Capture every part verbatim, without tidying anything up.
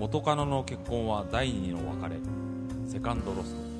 元カノの結婚は第二の別れ、セカンドロスト。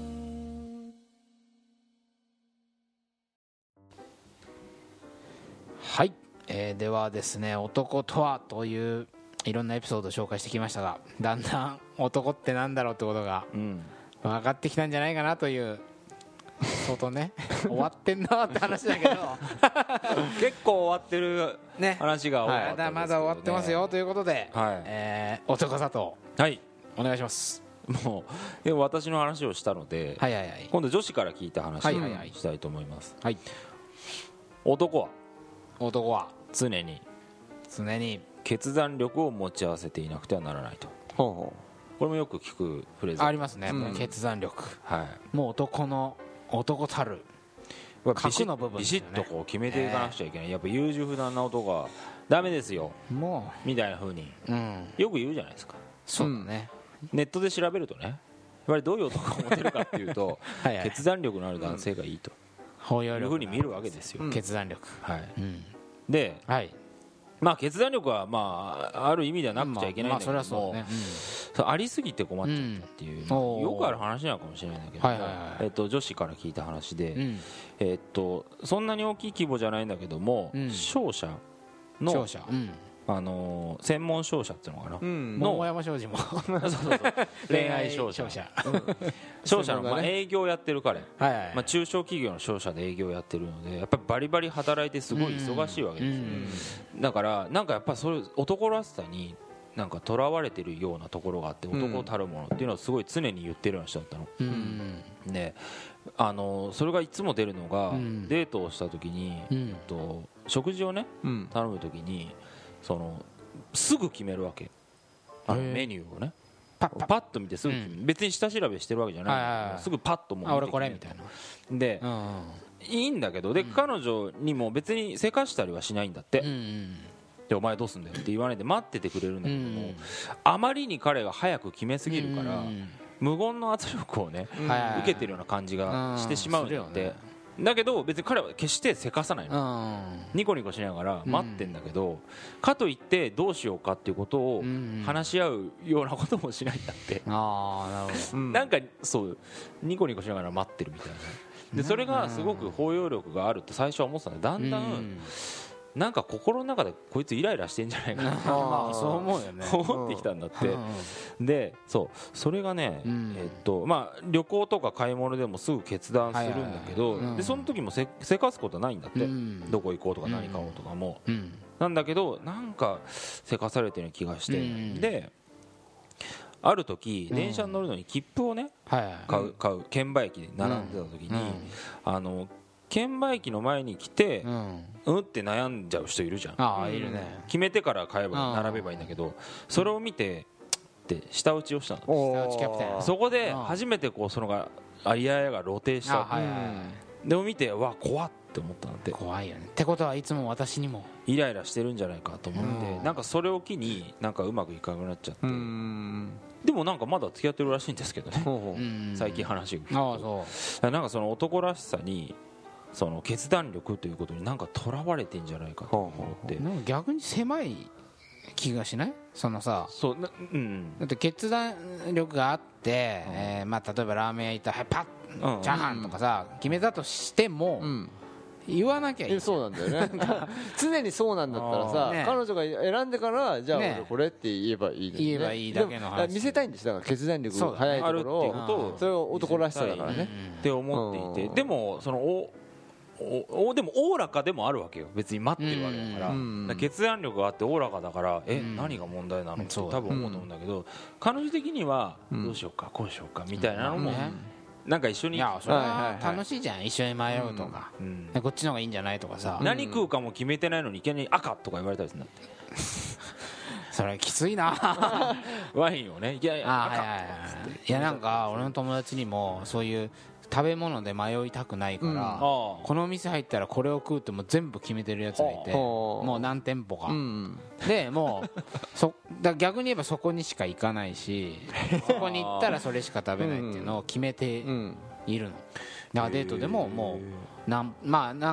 はい、えー、ではですね、男とはといういろんなエピソードを紹介してきましたが、だんだん男ってなんだろうってことがうん分かってきたんじゃないかなという、相当ね終わってんなって話だけど結構終わってるね、 話が多かったまだですけどね。 まだ終わってますよということで、 はいえー、男佐藤はいお願いします。 もうでも私の話をしたので、 はいはいはい、 今度女子から聞いた話をはいはいはいしたいと思います。 はい、 男は男は常に常に決断力を持ち合わせていなくてはならないと。 ほうほこれもよく聞くフレーズありますね、 うん決断力、 はいもう男の男たるビシ核の部分ッビですよねシッとこう決めていかなくちゃいけない、やっぱ優柔不断な男がダメですよもみたいな風にう、うん、 よく言うじゃないですか。 そうだね、 ネットで調べるとね、やっぱりどういう男を持てるかっていうとはいはい、 決断力のある男性がいいと包容力いう風に見るわけですよ、 うん決断力、 はい、 うん、 で、 はい、 まあ、決断力はまあある意味ではなくちゃいけないんだけども、 まあまあそれはそうだね、 そうありすぎて困っちゃったっていう、 うんまあおーよくある話なのかもしれないんだけど、 はいはいはいえっと女子から聞いた話で、 うん、 えっとそんなに大きい規模じゃないんだけども、 うん商社の勝者、うん、 あのー専門商社っていうのかな、 う。うん。 の大山商事もそうそうそう恋愛商社商社商社の、 専門だねまあ、営業やってる彼、 はいはい、 まあ、中小企業の商社で営業やってるので、やっぱりバリバリ働いてすごい忙しいわけですよ、だからなんかやっぱそれ男らしさになんか囚われてるようなところがあって、男たるものっていうのをすごい常に言ってるような人だったの、 うんであのそれがいつも出るのが、 うんデートをした時に、 うんえっと食事をねうん。 頼む時にそのすぐ決めるわけ、あのへえメニューをねパッパッパッと見てすぐ決める、別に下調べしてるわけじゃないんだけど、 はいはいはいすぐパッともうあ俺見てこれみたいな、 で、 うんいいんだけど、で彼女にも別にせかしたりはしないんだって、 うんうんでお前どうすんだよって言わないで待っててくれるんだけども、 うんあまりに彼が早く決めすぎるから、 うん無言の圧力をね、 うんはいはいはい受けてるような感じがしてしまうんだって、 うんするよねだけど別に彼は決してせかさないの、 うんニコニコしながら待ってんだけど、かといってどうしようかっていうことをうん話し合うようなこともしないんだって、 ああなるほど、 うん。 なんかそうニコニコしながら待ってるみたいな。でそれがすごく包容力があるって最初は思ってたんだけど、だんだんなんか心の中でこいつイライラしてんじゃないかなまあそう思うよね思ってきたんだって。でそうそれがね、 うんえっとまあ、旅行とか買い物でもすぐ決断するんだけど、 はいはいはいでその時もせせかすことはないんだって、 うんどこ行こうとか何買おうとかも、 うんなんだけどなんかせかされてるような気がして、 うんである時うん電車に乗るのに切符をねはいはい買う買う券売機で並んでた時に、あの券売機の前に来てうんうんうんって悩んじゃう人いるじゃん。 ああいるね決めてから買えばうん並べばいいんだけど、それを見てって舌打ちをしたの。 おー下打ちキャプテンそこでうん初めてこうそのがあいややが露呈した、 あはいはいはいでも見てわ怖っって思ったんで、 怖いよねってことはいつも私にもイライラしてるんじゃないかと思って、 うんなんかそれを機になんかうまくいかなくなっちゃって、 うん。 でもなんかまだ付き合ってるらしいんですけどねほうほう。 うん最近話を聞くああとそなんかその男らしさにその決断力ということになんかとらわれてんじゃないかと思って、 うなんか逆に狭い気がしないそのさそうなうんだって決断力があって、えーまあ、例えばラーメン屋行ったら、はい、パッうんチャーハンとかさ決めたとしても、 うん。 言わなきゃいいえそうなんだよね常にそうなんだったらさ、 ね彼女が選んでからじゃあね俺これって言えばいいのにね、 言えばいいだけの話でも見せたいんですだから決断力そうだね早いところあるっていうことををそれを男らしさだからねって思っていて、 うんでもそのおおおでもおおらかでもあるわけよ、別に待ってるわけだから、 うんだから決断力があっておおらかだから、えうん何が問題なのって多そうだ分思うと思うんだけど、彼女的にはうんどうしようかこうしようかみたいなのも、 うんねなんか一緒に、 いやそれはいはいははい楽しいじゃん一緒に迷うとか、 うんでこっちの方がいいんじゃないとかさ、 ん何食うかも決めてないのにいきなり赤とか言われたりするんだってそれきついなあワインをねいやいや赤はいはいはいいやなんか俺の友達にもそういう食べ物で迷いたくないから、 うんあこの店入ったらこれを食うってもう全部決めてるやつがいて、 ほうもう何店舗か、 うんでもうそだ逆に言えばそこにしか行かないしそこに行ったらそれしか食べないっていうのを決めてうんいるのだからデートでももうなんまあなん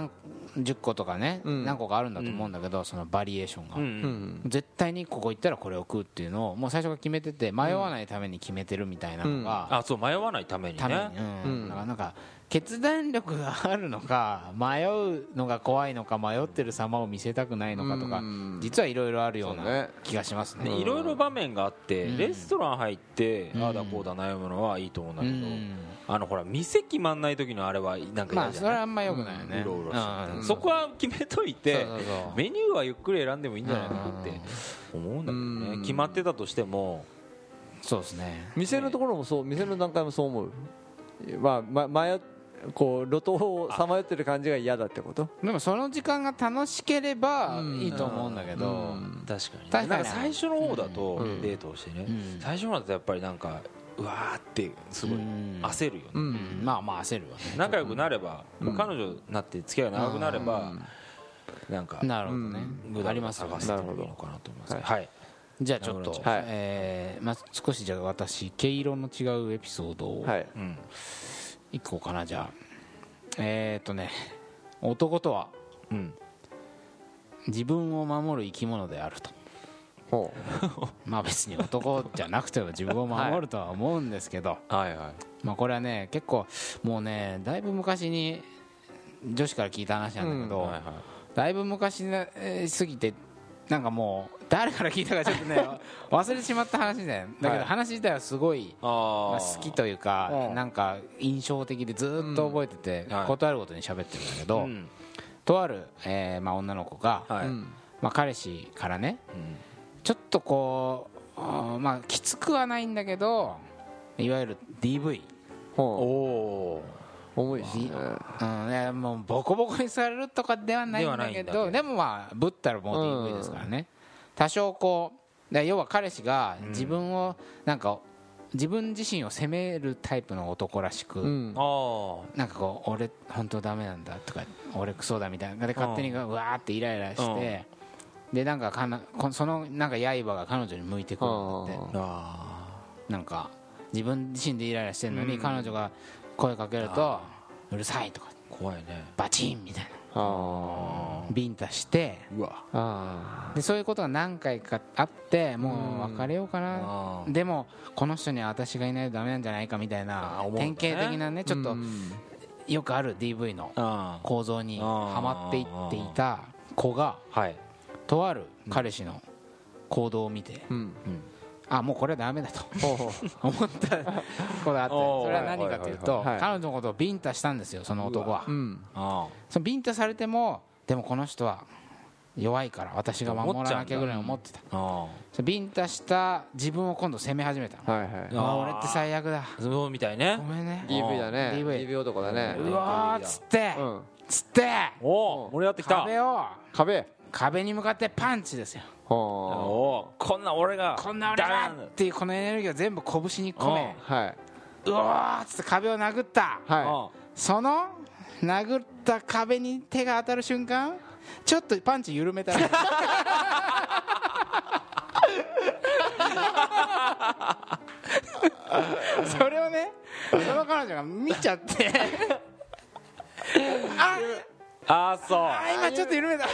じゅっことかね、 うん何個かあるんだと思うんだけど、そのバリエーションが、 うんうん絶対にここ行ったらこれを食うっていうのをもう最初から決めてて、迷わないために決めてるみたいなのが、 あそう迷わないためにために、 ねうんうんだからなんか決断力があるのか迷うのが怖いのか迷ってる様を見せたくないのかとか、 うん実はいろいろあるようなそうね気がしますね。 いろいろ場面があって、 うんレストラン入って、 うんああだこうだ悩むのはいいと思うんだうけど、 んあのほら店決まんない時のあれはなんかまあ嫌じゃない、 それはあんま良くないよね。 うろうろしてて、 うんそこは決めといて、 そうそうそうメニューはゆっくり選んでもいいんじゃないかなって思うんだけどね、 うん決まってたとしてもそうですね。 店のところもそう、店の段階もそう思う。まあ、ま、迷っこう路頭をさまよってる感じが嫌だってこと？ でもその時間が楽しければうんいいと思うんだけど、 うん確かに、 確かになんか最初の方だとうんデートをしてね、 うん最初の方だとやっぱりなんかうわーってすごいうん焦るよね、 ううんんまあまあ焦るわね。 仲良くなれば、 うん彼女になって付き合いが長くなれば、なんかなるほどね、 無駄にありますよね探すってもいいのかなと思いますけど、はいじゃあちょっと、 はいえーまあ、少しじゃあ私毛色の違うエピソードをはい。 うんいこうかな。じゃあえー、っとね男とはうん自分を守る生き物であると。 ほまあ別に男じゃなくても自分を守るとは思うんですけど、 はいはいまあこれはね結構もうねだいぶ昔に女子から聞いた話なんだけど、 はいはいだいぶ昔すぎてなんかもう誰から聞いたかちょっとね忘れてしまった話だよ。だけどはい話自体はすごい、 あまーあ、好きというかうんなんか印象的でずっと覚えててうんはいことあるごとに喋ってるんだけど、 うんとある、えーまあ、女の子が、 はい、 う。うん。 まあ、彼氏からねうんちょっとこうあーまあきつくはないんだけどいわゆる ディーブイ、 おほおう。重いしね。 うん、いやもうボコボコにされるとかではないんだけではないんだけどどでもまあぶったらもう ディーブイ ですからね、多少こうで要は彼氏が自分をなんか自分自身を責めるタイプの男らしく、 うん。 あなんかこう俺本当ダメなんだとか俺クソだみたいなで勝手にうわーってイライラして、でなんかかなこそのなんか刃が彼女に向いてくるんだって。 ーあなんか自分自身でイライラしてるのに彼女が声かけるとうるさいとかー怖いねバチンみたいなあビンタしてうわあ。あでそういうことが何回かあってもう別れようかなあーでもこの人には私がいないとダメなんじゃないかみたいあーな思うんだね典型的なねちょっとうんよくある ディーブイ のあー構造にはまっていっていた子がはいとある彼氏の行動を見てうん。 あもうこれはダメだとほうほう。 思ったことがあっておーそれは何かというとはいはいはい彼女のことをビンタしたんですよその男はうん。 あそのビンタされてもでもこの人は弱いから私が守らなきゃぐらい思ってたーあそのビンタした自分を今度責め始めたのはいはい。 ーあ俺って最悪だーそうみたいねごめんねディーブイ だね。 ディーブイディーブイ 男だね。 うわーっつってうん。 つっておお盛り上がってきた壁を壁。 壁に向かってパンチですよほおーこんな俺がこんな俺だっていうこのエネルギーを全部拳に込めう。はい。 うわーっつって壁を殴ったはその殴った壁に手が当たる瞬間ちょっとパンチ緩めたらそれをねその彼女が見ちゃってあああそうあ今ちょっと緩めた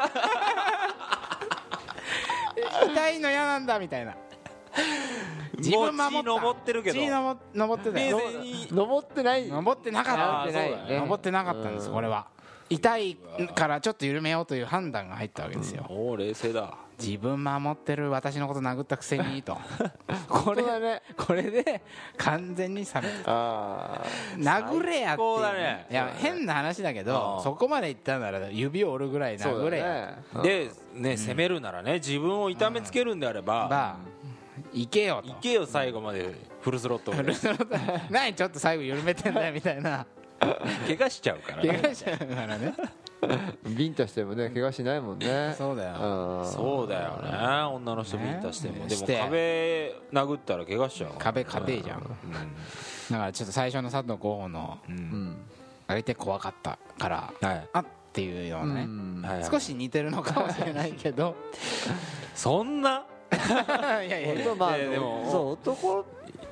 痛いの嫌なんだみたいな自分守ったもう血昇ってるけど血の登ってた冷よ静にい。登ってない。 登ってなかったあーそうだよね登ってなかったんですこれは痛いからちょっと緩めようという判断が入ったわけですよおお冷静だ自分守ってる私のこと殴ったくせにとここれれだね。 これで完全に冷めたあ殴れやっていう最高だねいや変な話だけあどーそこまでいったなら指を折るぐらいあ。そう殴れやだね。 でね攻めるならね自分を痛めつけるんであればば行けよと行けよ最後までフルスロットルで何ちょっと最後緩めてんだよみたいな怪我しちゃうからね怪我しちゃうからねビンタしてもね、怪我しないもんね。 そうだようん。 そうだよね女の人ビンタしてもでもねして壁殴ったら怪我しちゃう壁硬いじゃんだからちょっと最初の佐藤候補のうんううんん。 あれって怖かったからはいあっていうようなねうんはいはい少し似てるのかもしれないけどそんないやいやいや本当まあいやでもそう男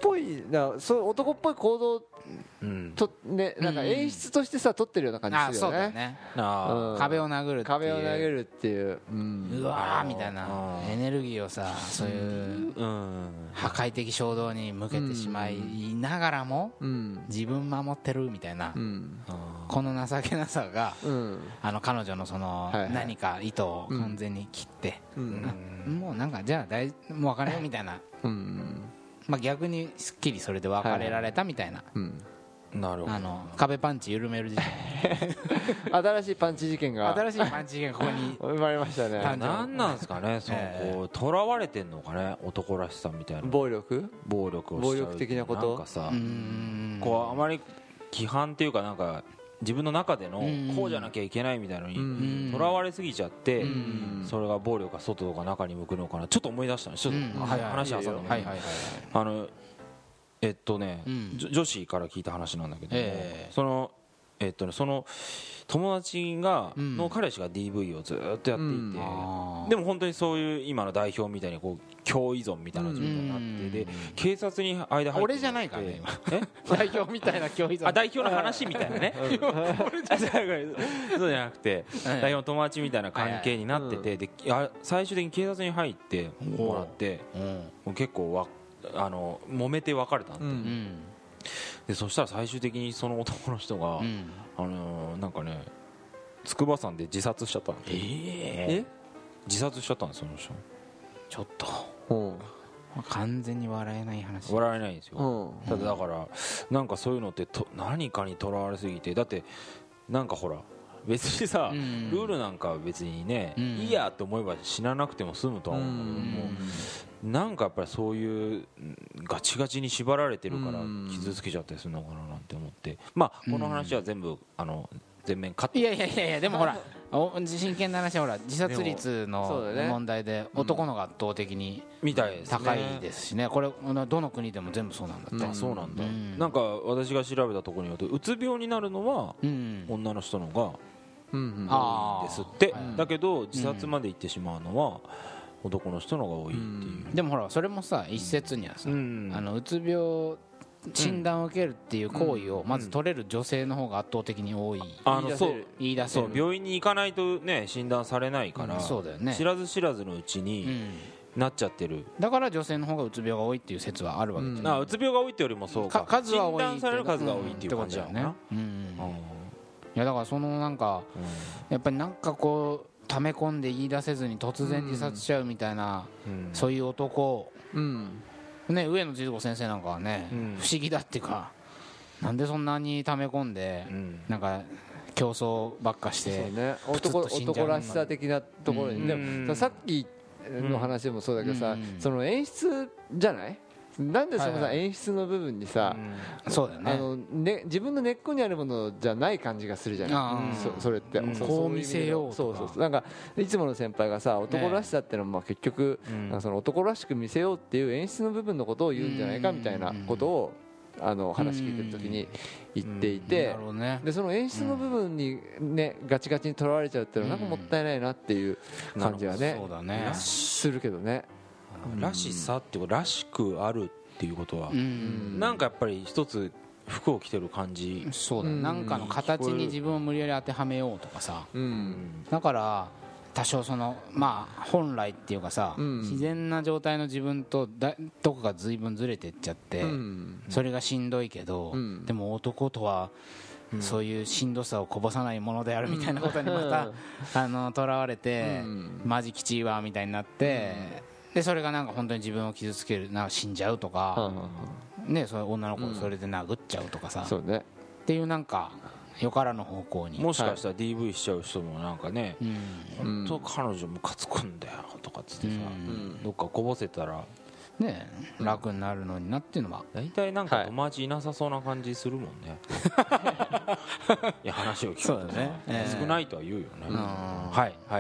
ぽいな、そう男っぽい行動うんとね、なんか演出としてさ撮ってるような感あそうじするよね。 だよねあうん壁を殴るっていう壁を投げるっていう、うんうわーみたいなうんエネルギーをさそういうーうん破壊的衝動に向けてしまいながらもうん自分守ってるみたいなうんあこの情けなさがうんあの彼女のそのはいはい何か糸を完全に切ってうんもうなんかじゃあ大もう別れようみたいなうんまあ逆にすっきりそれで別れられたみたいなうんーなるほどあの壁パンチ緩める時点新しいパンチ事件が新しいパンチがここに生まれましたね。 誕生なんなんですかねそのええこう囚われてんのかね男らしさみたいな暴力暴力をしちゃう暴力的なことなんかさうーんこうあまり規範っていうかなんか自分の中でのうんこうじゃなきゃいけないみたいなのうにん囚われすぎちゃってんそれが暴力が外とか中に向くのかなちょっと思い出したんですちょっとうんは話挟んでもいいはいはいはいあのえっとねうんじょ女子から聞いた話なんだけどもええそのえっとねその友達がうんの彼氏が ディーブイ をずっとやってうんいてあーでも本当にそういう今の代表みたいにこう共依存みたいな状態になってで警察に間入って俺じゃないからねえ代表みたいな教育あ代表の話みたいなねあそうじゃなくて代表の友達みたいな関係になっててであ最終的に警察に入ってもらってうんもう結構わあの揉めて別れたんで,、 うんでそしたら最終的にその男の人が、 うんあのーなんかね筑波山で自殺しちゃったんですよえ自殺しちゃったんですよその人ちょっとうん完全に笑えない話笑えないんですよ、 うんただだからなんかそういうのってと何かにとらわれすぎてだってなんかほら別にさ、 うんルールなんか別にね、 うんいいやと思えば死ななくても済むとは思うんだけども、なんかやっぱりそういううんガチガチに縛られてるからうん傷つけちゃったりするのかななんて思ってまあこの話は全部あの全面カットいやいやいやいやでもほらお真剣な話はほら自殺率そうのだね問題で男のが圧倒的にみたいですね高いですしねこれどの国でも全部そうなんだってあそうなんだ、 うんなんか私が調べたところによるとうつ病になるのはうん女の人のがうんあーですって、 はいだけど自殺まで行ってしまうのは男の人のが多いっていう、 でもほらそれもさ一説にはさうんあのうつ病診断を受けるっていう行為をまず取れる女性の方が圧倒的に多いあのそう言い出せるそう病院に行かないとね診断されないから、 うんそうだよね知らず知らずのうちうにんなっちゃってる、 だから女性の方がうつ病が多いっていう説はあるわけじゃんあうつ病が多いってよりもそうかか数は多い診断される数が多いっていう感じだよねってことだよねうんうんいやだからそのなんかやっぱりなんかこう溜め込んで言い出せずに突然自殺しちゃうみたいなうんそういう男うんね上野千鶴子先生なんかはねうん不思議だっていうかなんでそんなに溜め込んでうんなんか競争ばっかしそうてねプツッ男と死んじゃう男らしさ的なところうんにでもさっきの話でもそうだけどさうんその演出じゃないなんでそのさはいはい演出の部分にさそうだよねあのね自分の根っこにあるものじゃない感じがするじゃないあーそそれってうんそうこう見せようとかそうそうそうなんかいつもの先輩がさ男らしさってのはまあ結局うんなんかその男らしく見せようっていう演出の部分のことを言うんじゃないかみたいなことをあの話聞いてる時に言っていてなるほどねでその演出の部分にねガチガチにとらわれちゃうっていうのはなんかもったいないなっていう感じはねそうだねするけどねらしさっていうからしくあるっていうことはうんなんかやっぱり一つ服を着てる感じそうだねうんなんかの形に自分を無理やり当てはめようとかさうんだから多少そのまあ本来っていうかさうん自然な状態の自分とだどこか随分ずれてっちゃってうんそれがしんどいけどうんでも男とはそういうしんどさをこぼさないものであるみたいなことにまたあのとらわれてうんマジきちいわみたいになってでそれがなんか本当に自分を傷つけるなんか死んじゃうとかねそういう女の子をそれで殴っちゃうとかさそうねっていうなんかよからぬ方向にもしかしたら ディーブイ しちゃう人もなんかねうん本当彼女ムカつくんだよとかっつってさうんどっかこぼせたらね楽になるのになっていうのは大体なんか友達いなさそうな感じするもんねいや話を聞くとそうだねええ少ないとは言うよねんはいはい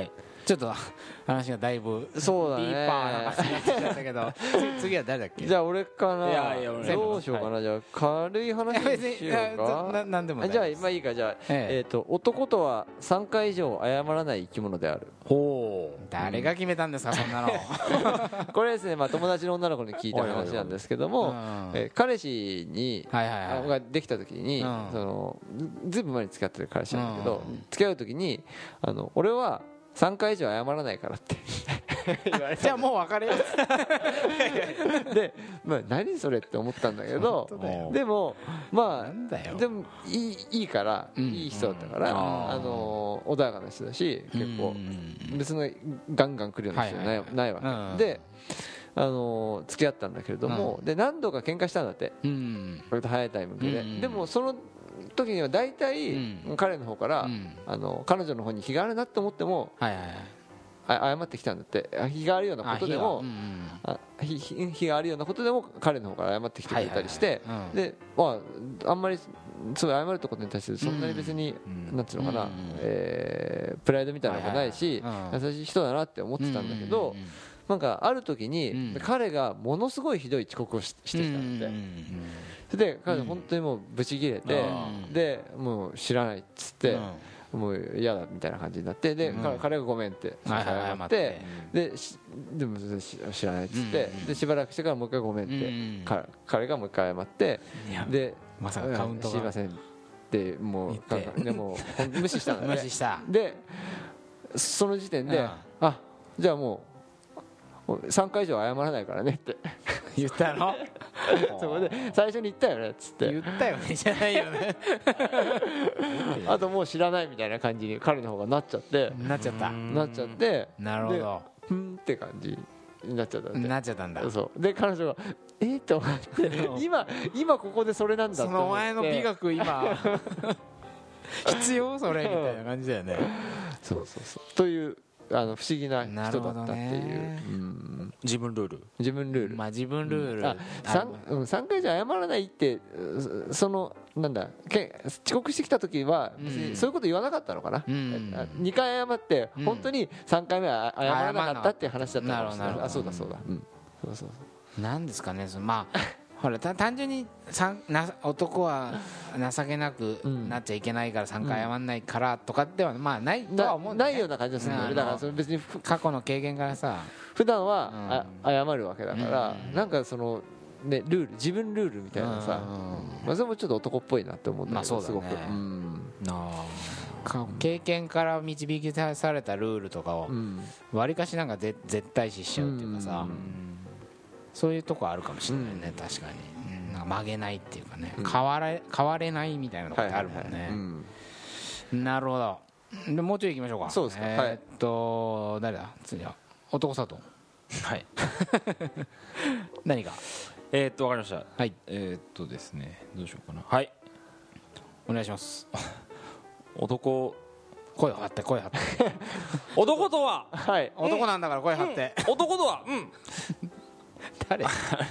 ちょっと話がだいぶそうだねディーパーな話になってきちゃったけどつ次は誰だっけ。 じゃあ俺かな。 いやいや俺どうしようかな、じゃあ軽い話にしようか。 ななんでもあじゃあまあいいか。じゃあ、 えええー、と男とはさんかい以上謝らない生き物である。 ほ誰が決めたんですかそんなのこれですね、まあ、友達の女の子に聞いた話なんですけども、 うんえー彼氏に、 はいはいはいができた時に、 うんそのずずいぶん前に付き合ってる彼氏なんだけど、 うん付き合う時にあの俺はさんかい以上謝らないからって言われじゃあもう別れようで、まあ、何それって思ったんだけど本当だよでもまなんだよあでもいいいいから、 うんいい人だったから、 うんあの穏やかな人だし結構うん別にガンガン来るような人じゃない,、 はいはいないわけ、 うんであの付き合ったんだけれども、で何度か喧嘩したんだってうん割と早いタイミングで、 うんでもその時には大体、 うん彼の方から、 うんあの彼女の方に非があるなと思ってもはいはいはいあ謝ってきたんだって。あ非があるようなことでもあ火がうんうんあ非非非があるようなことでも彼の方から謝ってきてくれたりして、 はいはいはいうんでまああんまりそう謝るってことに対してそんなに別に、 うんなんていうのかな、 うんえープライドみたいなのもないし、 はいはいはいうん優しい人だなって思ってたんだけど、 うんうんうんなんかある時に、 うん彼がものすごいひどい遅刻をししてきたんだって、それで彼女本当にもうブチ切れて、 うんでもう知らないっつって、 うんもう嫌だみたいな感じになってで、 うん彼彼がごめんってはいはい謝っ謝っててでしでもし知らないっつって、 うんでしばらくしてからもう一回ごめんって、 うんか彼がもう一回謝っていやでまさかカウントがすいませんってもう言ってでもほん無視したんだね無視したでその時点で、 うんあじゃあもうさんかい以上謝らないからねって言ったのそこで最初に言ったよねっつって言ったよねじゃないよねあともう知らないみたいな感じに彼の方がなっちゃってなっちゃったなっちゃってなるほどでふんって感じになっちゃったんでなっちゃったんだそうで彼女がえー、と思って今今ここでそれなんだとそ思っての前の美学今必要それみたいな感じだよねそうそうそうというあの不思議ななるほど人だったっていう、 ねうん自分ルール自分ルール、 まあ自分ルールあさんうん、さんかいじゃ謝らないってうそのなんだけ遅刻してきた時は別うんにそういうこと言わなかったのかな、 うんあにかい謝ってうん本当にさんかいめは謝らなかったっていう話だったかもしれないなるほどあそうだそうだ、うん、そうそうなんですかねそのまあほらた単純にさんな男は情けなくなっちゃいけないからさんかい謝んないからとかではまあないとはな思うんだよねないような感じがするんだよねうんだからそれ別にふ過去の経験からさ普段はあ謝るわけだからうんなんかそのねルール自分ルールみたいなさうんまあそれもちょっと男っぽいなって思うんだまあけそうだねどすごくうんあか経験から導き出されたルールとかをうんわりかしなんかぜ絶対視しちゃうっていうかさうんそういうとこあるかもしれないねうん確かにうんなんか曲げないっていうかねうん変われ変われないみたいなとこってあはいはいはいるもんねうんなるほどでもうちょい行きましょうかそうですかえーっと誰だ次は男佐藤はい何かえーっとわかりましたはいえーっとですねどうしようかなはいお願いします男声を張って声張って男とははい男なんだから声張って男とはうん誰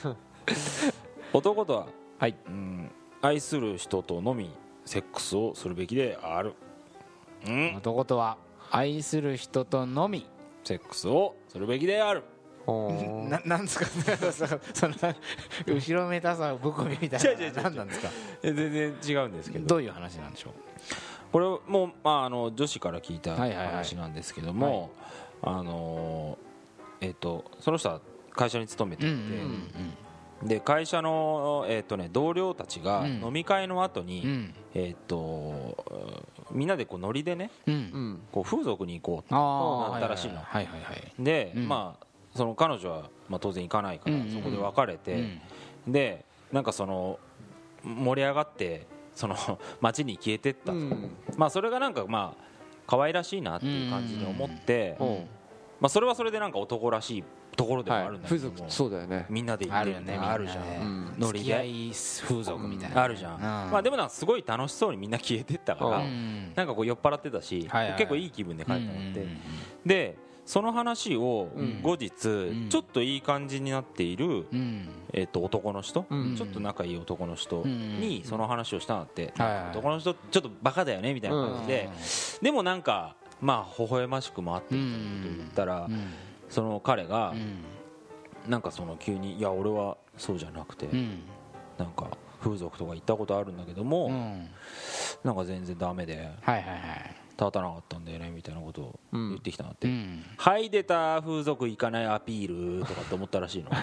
男とははいうん愛する人とのみセックスをするべきであるうん男とは愛する人とのみセックスをするべきであるおーななんですかその後ろめたさぶこみみたいな違う違う違う違う何なんですか全然違うんですけどどういう話なんでしょうこれも、まあ、あの女子から聞いたはいはいはい話なんですけども、あのえっとその人は会社に勤めていて、で会社の、えっとね、同僚たちがうん飲み会の後に、 うんえっとみんなでこうノリでねうんうんこう風俗に行こうああなったらしいのはいはいはいで、 うんまあその彼女は、まあ、当然行かないから、 うんうんそこで別れて、でなんかその盛り上がってその街に消えてったと、 うんまあそれがなんかまあ可愛らしいなっていう感じに思って、 うんまあそれはそれでなんか男らしいところでもあはいるんだけ風ども、 俗そうだよねみんなで行あってみたいなるよねみんなあるじゃん、 うんノリ付き合でい風俗みたいなあるじゃん、 うんまあでもなんかすごい楽しそうにみんな消えてったから、 うんなんかこう酔っ払ってたし、 はいはいはい結構いい気分で帰ったのって、 うんでその話をうん後日、 んちょっといい感じになっている、 うんえー、と男の人、 うんちょっと仲いい男の人うんにその話をしたんだって、 はいはい男の人ちょっとバカだよねみたいな感じで、でもなんかまあ微笑ましくもあってみたいなことを言ったら、 うんその彼がうんなんかその急にいや俺はそうじゃなくて、 うんなんか風俗とか行ったことあるんだけども、 うんなんか全然ダメではいはいはい立たなかったんだよねみたいなことを言ってきたなって、 うんはい出た風俗行かないアピールとかって思ったらしいの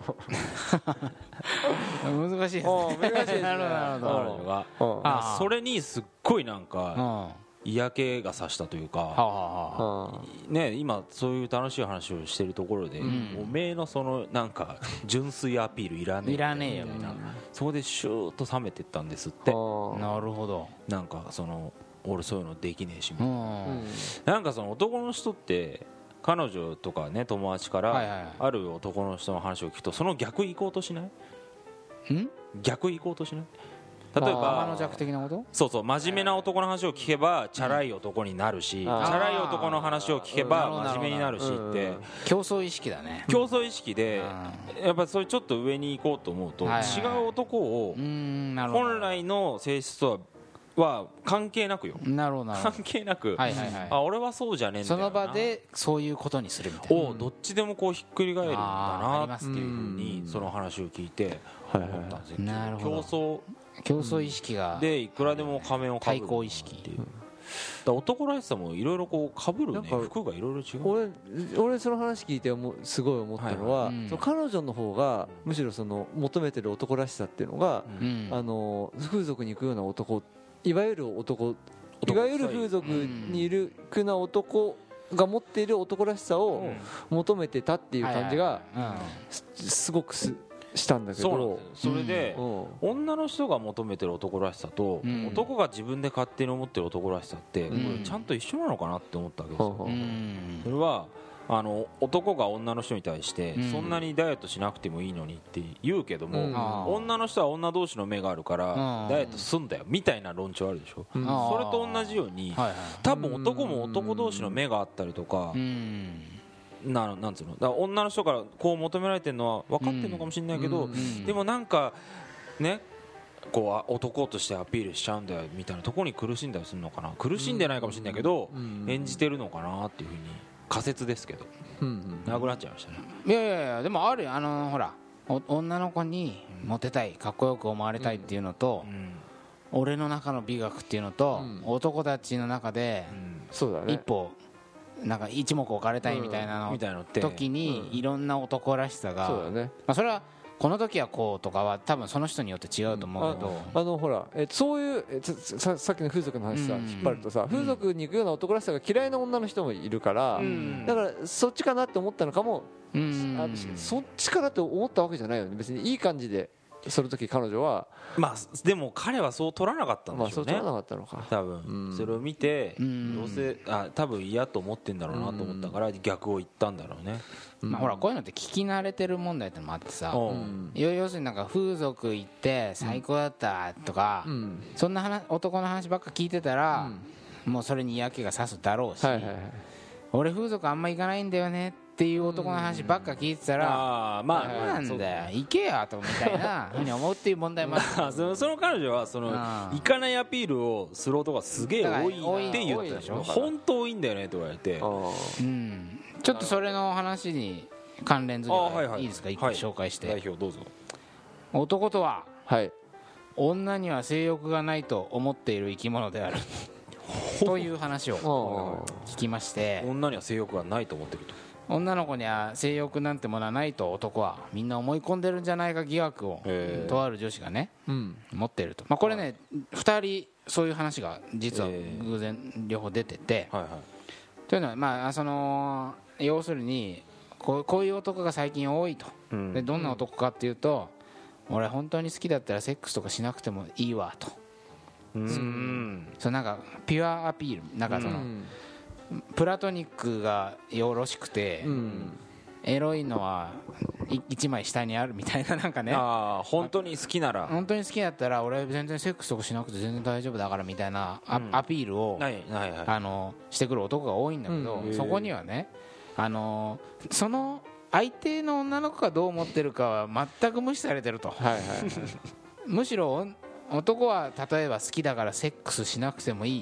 難しいですおねー難しいですねなるほどなるほど彼女がうんあーそれにすっごいなんうんかは嫌気がさしたというあはか、 あはあうんね、今そういう楽しい話をしてるところで、 んおめえのそのなんか純粋アピールいらねえいらねえよみたいなみたいそこでシューッと冷めてったんですってうんなるほどなんかその俺そういうのできねえしみたういな、 んなんかその男の人って彼女とかね友達からはいはいはいある男の人の話を聞くとその逆行こうとしないん逆行こうとしない例えまば天の弱的なことそうそう真面目な男の話を聞けばチャラい男になるし、チあーャラい男の話を聞けば真面目になるしってうん競争意識だね競争意識でうやっぱそういうちょっと上に行こうと思うと違はいはいはいう男をうーんなるほど本来の性質とはは関係なくよなるほどなるほ関係なくどはいはいはいあ俺はそうじゃねえんだそよなの場でそういうことにするみたいなをどっちでもこうひっくり返るんだあーありなってますねいうふうにその話を聞いてはいはい思ったんですよなるほど競争競争意識がでいくらでも仮面をかぶる対抗意識っていうだから男らしさもいろいろこうかぶるねなんか服がいろいろ違う俺俺その話聞いて思うすごい思ったのは、 はいはいうんその彼女の方がむしろその求めてる男らしさっていうのが、 うんあの風俗に行くような男いわゆる男い男わゆる風俗にいるくな男が持っている男らしさを求めてたっていう感じがすすごくすしたんだけそうなんどですよそれでうん女の人が求めてる男らしさとうん男が自分で勝手に思ってる男らしさってこうんれちゃんと一緒なのかなって思ったわけですよほうほううんそれはあの男が女の人に対してうんそんなにダイエットしなくてもいいのにって言うけども、 うんあー女の人は女同士の目があるからうんダイエットすんだよみたいな論調あるでしょ、 うんあーそれと同じようにはいはい多分男も男同士の目があったりとかうんななんつうのだから女の人からこう求められてるのは分かってるのかもしれないけど、 うんでもなんかねこう男としてアピールしちゃうんだよみたいなところに苦しんだりするのかな苦しんでないかもしれないけど、 うん演じてるのかなっていうふうに仮説ですけどうんなくなっちゃいましたね、 いやいやいやでもあるよあのほらお女の子にモテたいかっこよく思われたいっていうのと、 うん俺の中の美学っていうのと、 うん男たちの中でうんそうだね一歩なんか一目置かれたいみたいなのみたいなのって時にいろんな男らしさが、 そうだねまあ、それはこの時はこうとかは多分その人によって違うと思うけど、 あのほら、えそういうえつささっきの風俗の話さ、 うん引っ張るとさ、風俗に行くような男らしさが嫌いな女の人もいるから、 うんだからそっちかなって思ったのかも、 うんあそっちかなって思ったわけじゃないよね別にいい感じでその時彼女はまあでも彼はそう取らなかったんまあでしょね、 そうう取らなかったのか多分、 うんそれを見て、 うんどうせあ多分嫌と思ってんだろうなと思ったから逆を言ったんだろうね、 まあ、ほらこういうのって聞き慣れてる問題ってのもあってさ、 うんうん要要するになんか風俗行って最高だったとか、 うんそんな話男の話ばっか聞いてたら、もうそれに嫌気がさすだろうし、 はいはいはい俺風俗あんま行かないんだよねっていう男の話ばっか聞いてたら、 ああまあ、 そうなんだよ行けやとみたいなふうに思うっていう問題もあるまあそのその彼女はそのあー行かないアピールをする男がすげえ多いって言ったでしょ多い本当多いんだよねと言われてあうん、ちょっとそれの話に関連づけあはいはいいいですか一個はい紹介して、 代表どうぞ男とはーはい女には性欲がないと思っている生き物であるという話をあ聞きまして女には性欲がないと思ってると女の子には性欲なんてものはないと男はみんな思い込んでるんじゃないか疑惑をへーとある女子がねうん持っていると、まあ、これねふたりそういう話が実はへー偶然両方出ててはいはいというのはまあその要するにこうこういう男が最近多いとうんでどんな男かっていうと俺本当に好きだったらセックスとかしなくてもいいわとうんそのなんかピュアアピールなんかそのプラトニックがよろしくてうんエロいのはい一枚下にあるみたいななんかねああ本当に好きなら本当に好きだったら俺全然セックスとかしなくて全然大丈夫だからみたいなア,、 うんアピールをはいはいはいあのしてくる男が多いんだけど、 うんそこにはねあのその相手の女の子がどう思ってるかは全く無視されてるとはいはいむしろ男は例えば好きだからセックスしなくてもいい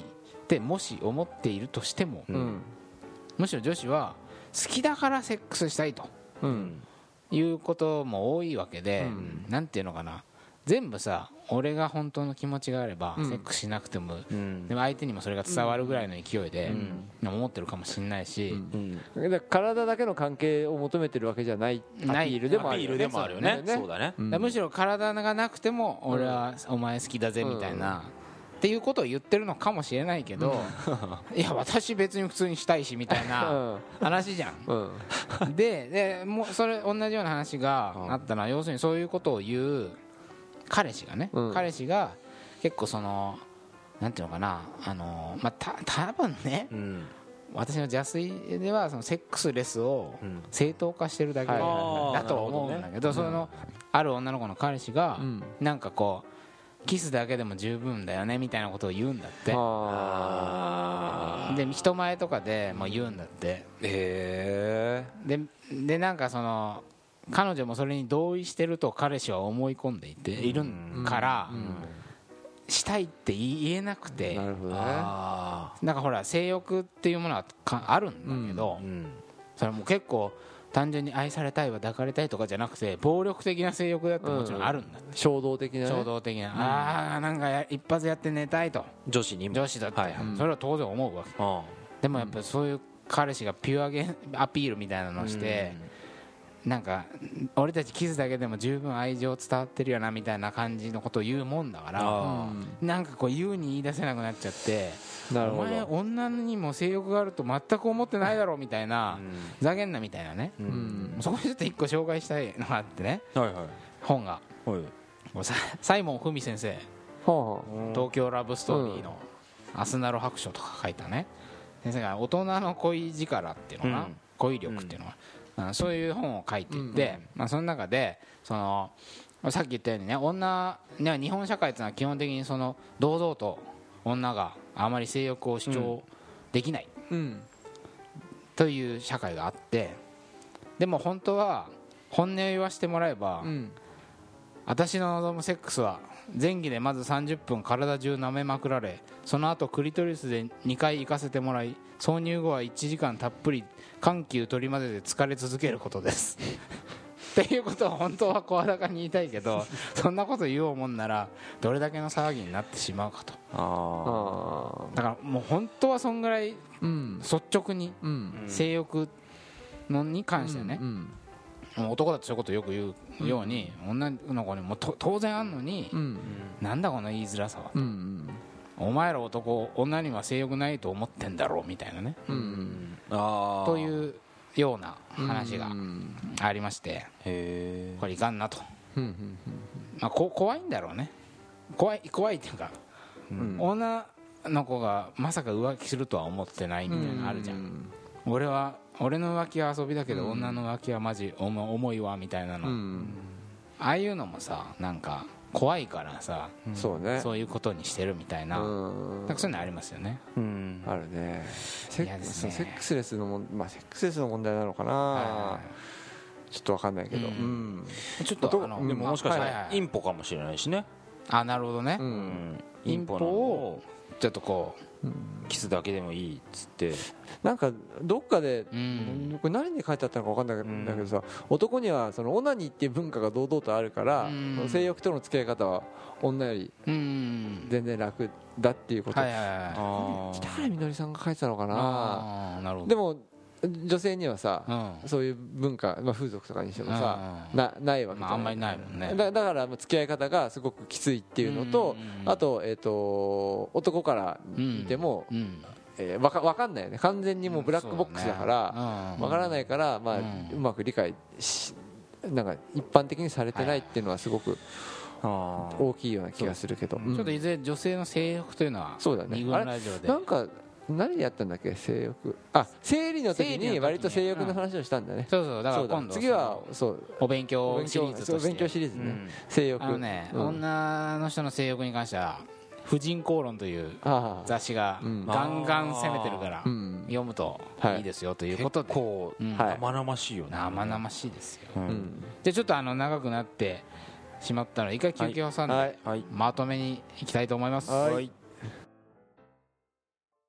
ってもし思っているとしても、 うんむしろ女子は好きだからセックスしたいとうんいうことも多いわけで、 うんなんていうのかな、全部さ俺が本当の気持ちがあればうんセックスしなくても、 うんでも相手にもそれが伝わるぐらいの勢いでうん思ってるかもしれないし、 うんうんだから体だけの関係を求めてるわけじゃないアピないールでもあるよねアピールでもあるよねそうだねうんだからむしろ体がなくても俺はお前好きだぜみたいな、っていうことを言ってるのかもしれないけど、いや私別に普通にしたいしみたいな話じゃん。 うんうんででもうそれ同じような話があったのは、要するにそういうことを言う彼氏がね、 うん彼氏が結構そのなんていうのかな、あのまあた多分ね、 うん私の邪推ではそのセックスレスをうん正当化してるだけはいだと思うんだけど、そのある女の子の彼氏がうんなんかこうキスだけでも十分だよねみたいなことを言うんだって。 あで人前とかでもう言うんだって。 へででなんかその彼女もそれに同意してると彼氏は思い込んでいているから、したいって言えなくーて、 なるほどねあなんかほら性欲っていうものはかあるんだけど、 ーうんそれもう結構単純に愛されたいは抱かれたいとかじゃなくて暴力的な性欲だってもちろんあるんだって、 衝動的なね衝動的な、ああなんかや一発やって寝たいと女子にも女子だって、 はいはいそれは当然思うわけあでもやっぱりそういう彼氏がピュアゲンアピールみたいなのをして、なんか俺たちキスだけでも十分愛情伝わってるよなみたいな感じのことを言うもんだから、 あなんかこう言うに言い出せなくなっちゃって、 なるほお前ど女にも性欲があると全く思ってないだろうみたいな、ふざけんなみたいなね、 ううんんそこにちょっと一個紹介したいのがあってね、 はいはい本がはいこれさサイモン文先生、 はあは東京ラブストーリーの「アスナロ白書」とか書いたね先生が大人の恋力っていうのかな、 うん恋力っていうのは、あのそういう本を書いていて、まあ、その中でそのさっき言ったようにね、女には日本社会っていうのは基本的にその堂々と女があまり性欲を主張できないうんという社会があって、でも本当は本音を言わせてもらえば、 うん私の望むセックスは前期でまずさんじゅっぷん体中舐めまくられ、その後クリトリスでにかい行かせてもらい、挿入後はいちじかんたっぷり緩急取り混ぜて疲れ続けることですっていうことを本当は声高に言いたいけど、そんなこと言おうもんならどれだけの騒ぎになってしまうかと。 ああだからもう本当はそんぐらいーうん率直にうん性欲のに関してね、 うんもう男だとそういうことをよく言うように、女の子にもと当然あんのに、 うんなんだこの言いづらさは、 うんお前ら男女には性欲ないと思ってんだろうみたいなね、 うんううんんあーというような話がうんありまして、 へえこれいかんなと、 うんうんまあ、こ怖いんだろうね、怖い怖いっていうか、 うん女の子がまさか浮気するとは思ってないみたいなのあるじゃん、俺は俺の浮気は遊びだけど、 うん女の浮気はマジ重重いわみたいなの、 うんああいうのもさなんか怖いからさ、 そうねそういうことにしてるみたいな、 うんなんかそういうのありますよね。 うんあるねセックス嫌ですねセックスレスのもんまあセックスレスの問題なのかはなちょっとわかんないけどううんんちょっと男あのでももしかしたはいはいはいらインポかもしれないしねあなるほどね、 ううんんインポをちょっとこキスだけでもいいっつってなんかどっかでう、うんこれ何に書いてあったのか分かんないんだけどさ、 う男にはそのオナニーっていう文化が堂々とあるから、 うんその性欲との付き合い方は女よりうん全然楽だっていうこと、 はいはいはいあ北原みのりさんが書いてたのかなあーなるほどでも女性にはさ、 うんそういう文化、まあ、風俗とかにしてもさ、 うんなないわけじゃない、 まああんまりないもんねだだからまあ付き合い方がすごくきついっていうのと、 うんあと,、えー、と男から見ても、 うんえー、わかわかんないよね完全にもうブラックボックスだから、わからないから、まあうんうまく理解しなんか一般的にされてないっていうのはすごくあー大きいような気がするけど、うんちょっといずれ女性の性欲というのはそうだね二軍ラジオでなんか何でやったんだっけ性欲あ生理の時生理の時にに割と性欲の話をしたんだね、 そうそうだかそうだら今度次はそうお勉お強勉強シリーズとそう勉強してシリーズね、 うん性欲あのね、 うん女の人の性欲に関しては婦人公論というああ雑誌がうんガンガン攻めてるからうん読むとはいいいですよという結ことで、 構うんはい生々しいよね生々しいですよ。 ううんんじゃあちょっとあの長くなってしまったので一回休憩を挟んで、 はいはいまとめにいきたいと思います。 はい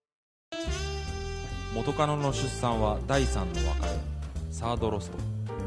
元カノの出産は第三の別れ、サードロスト。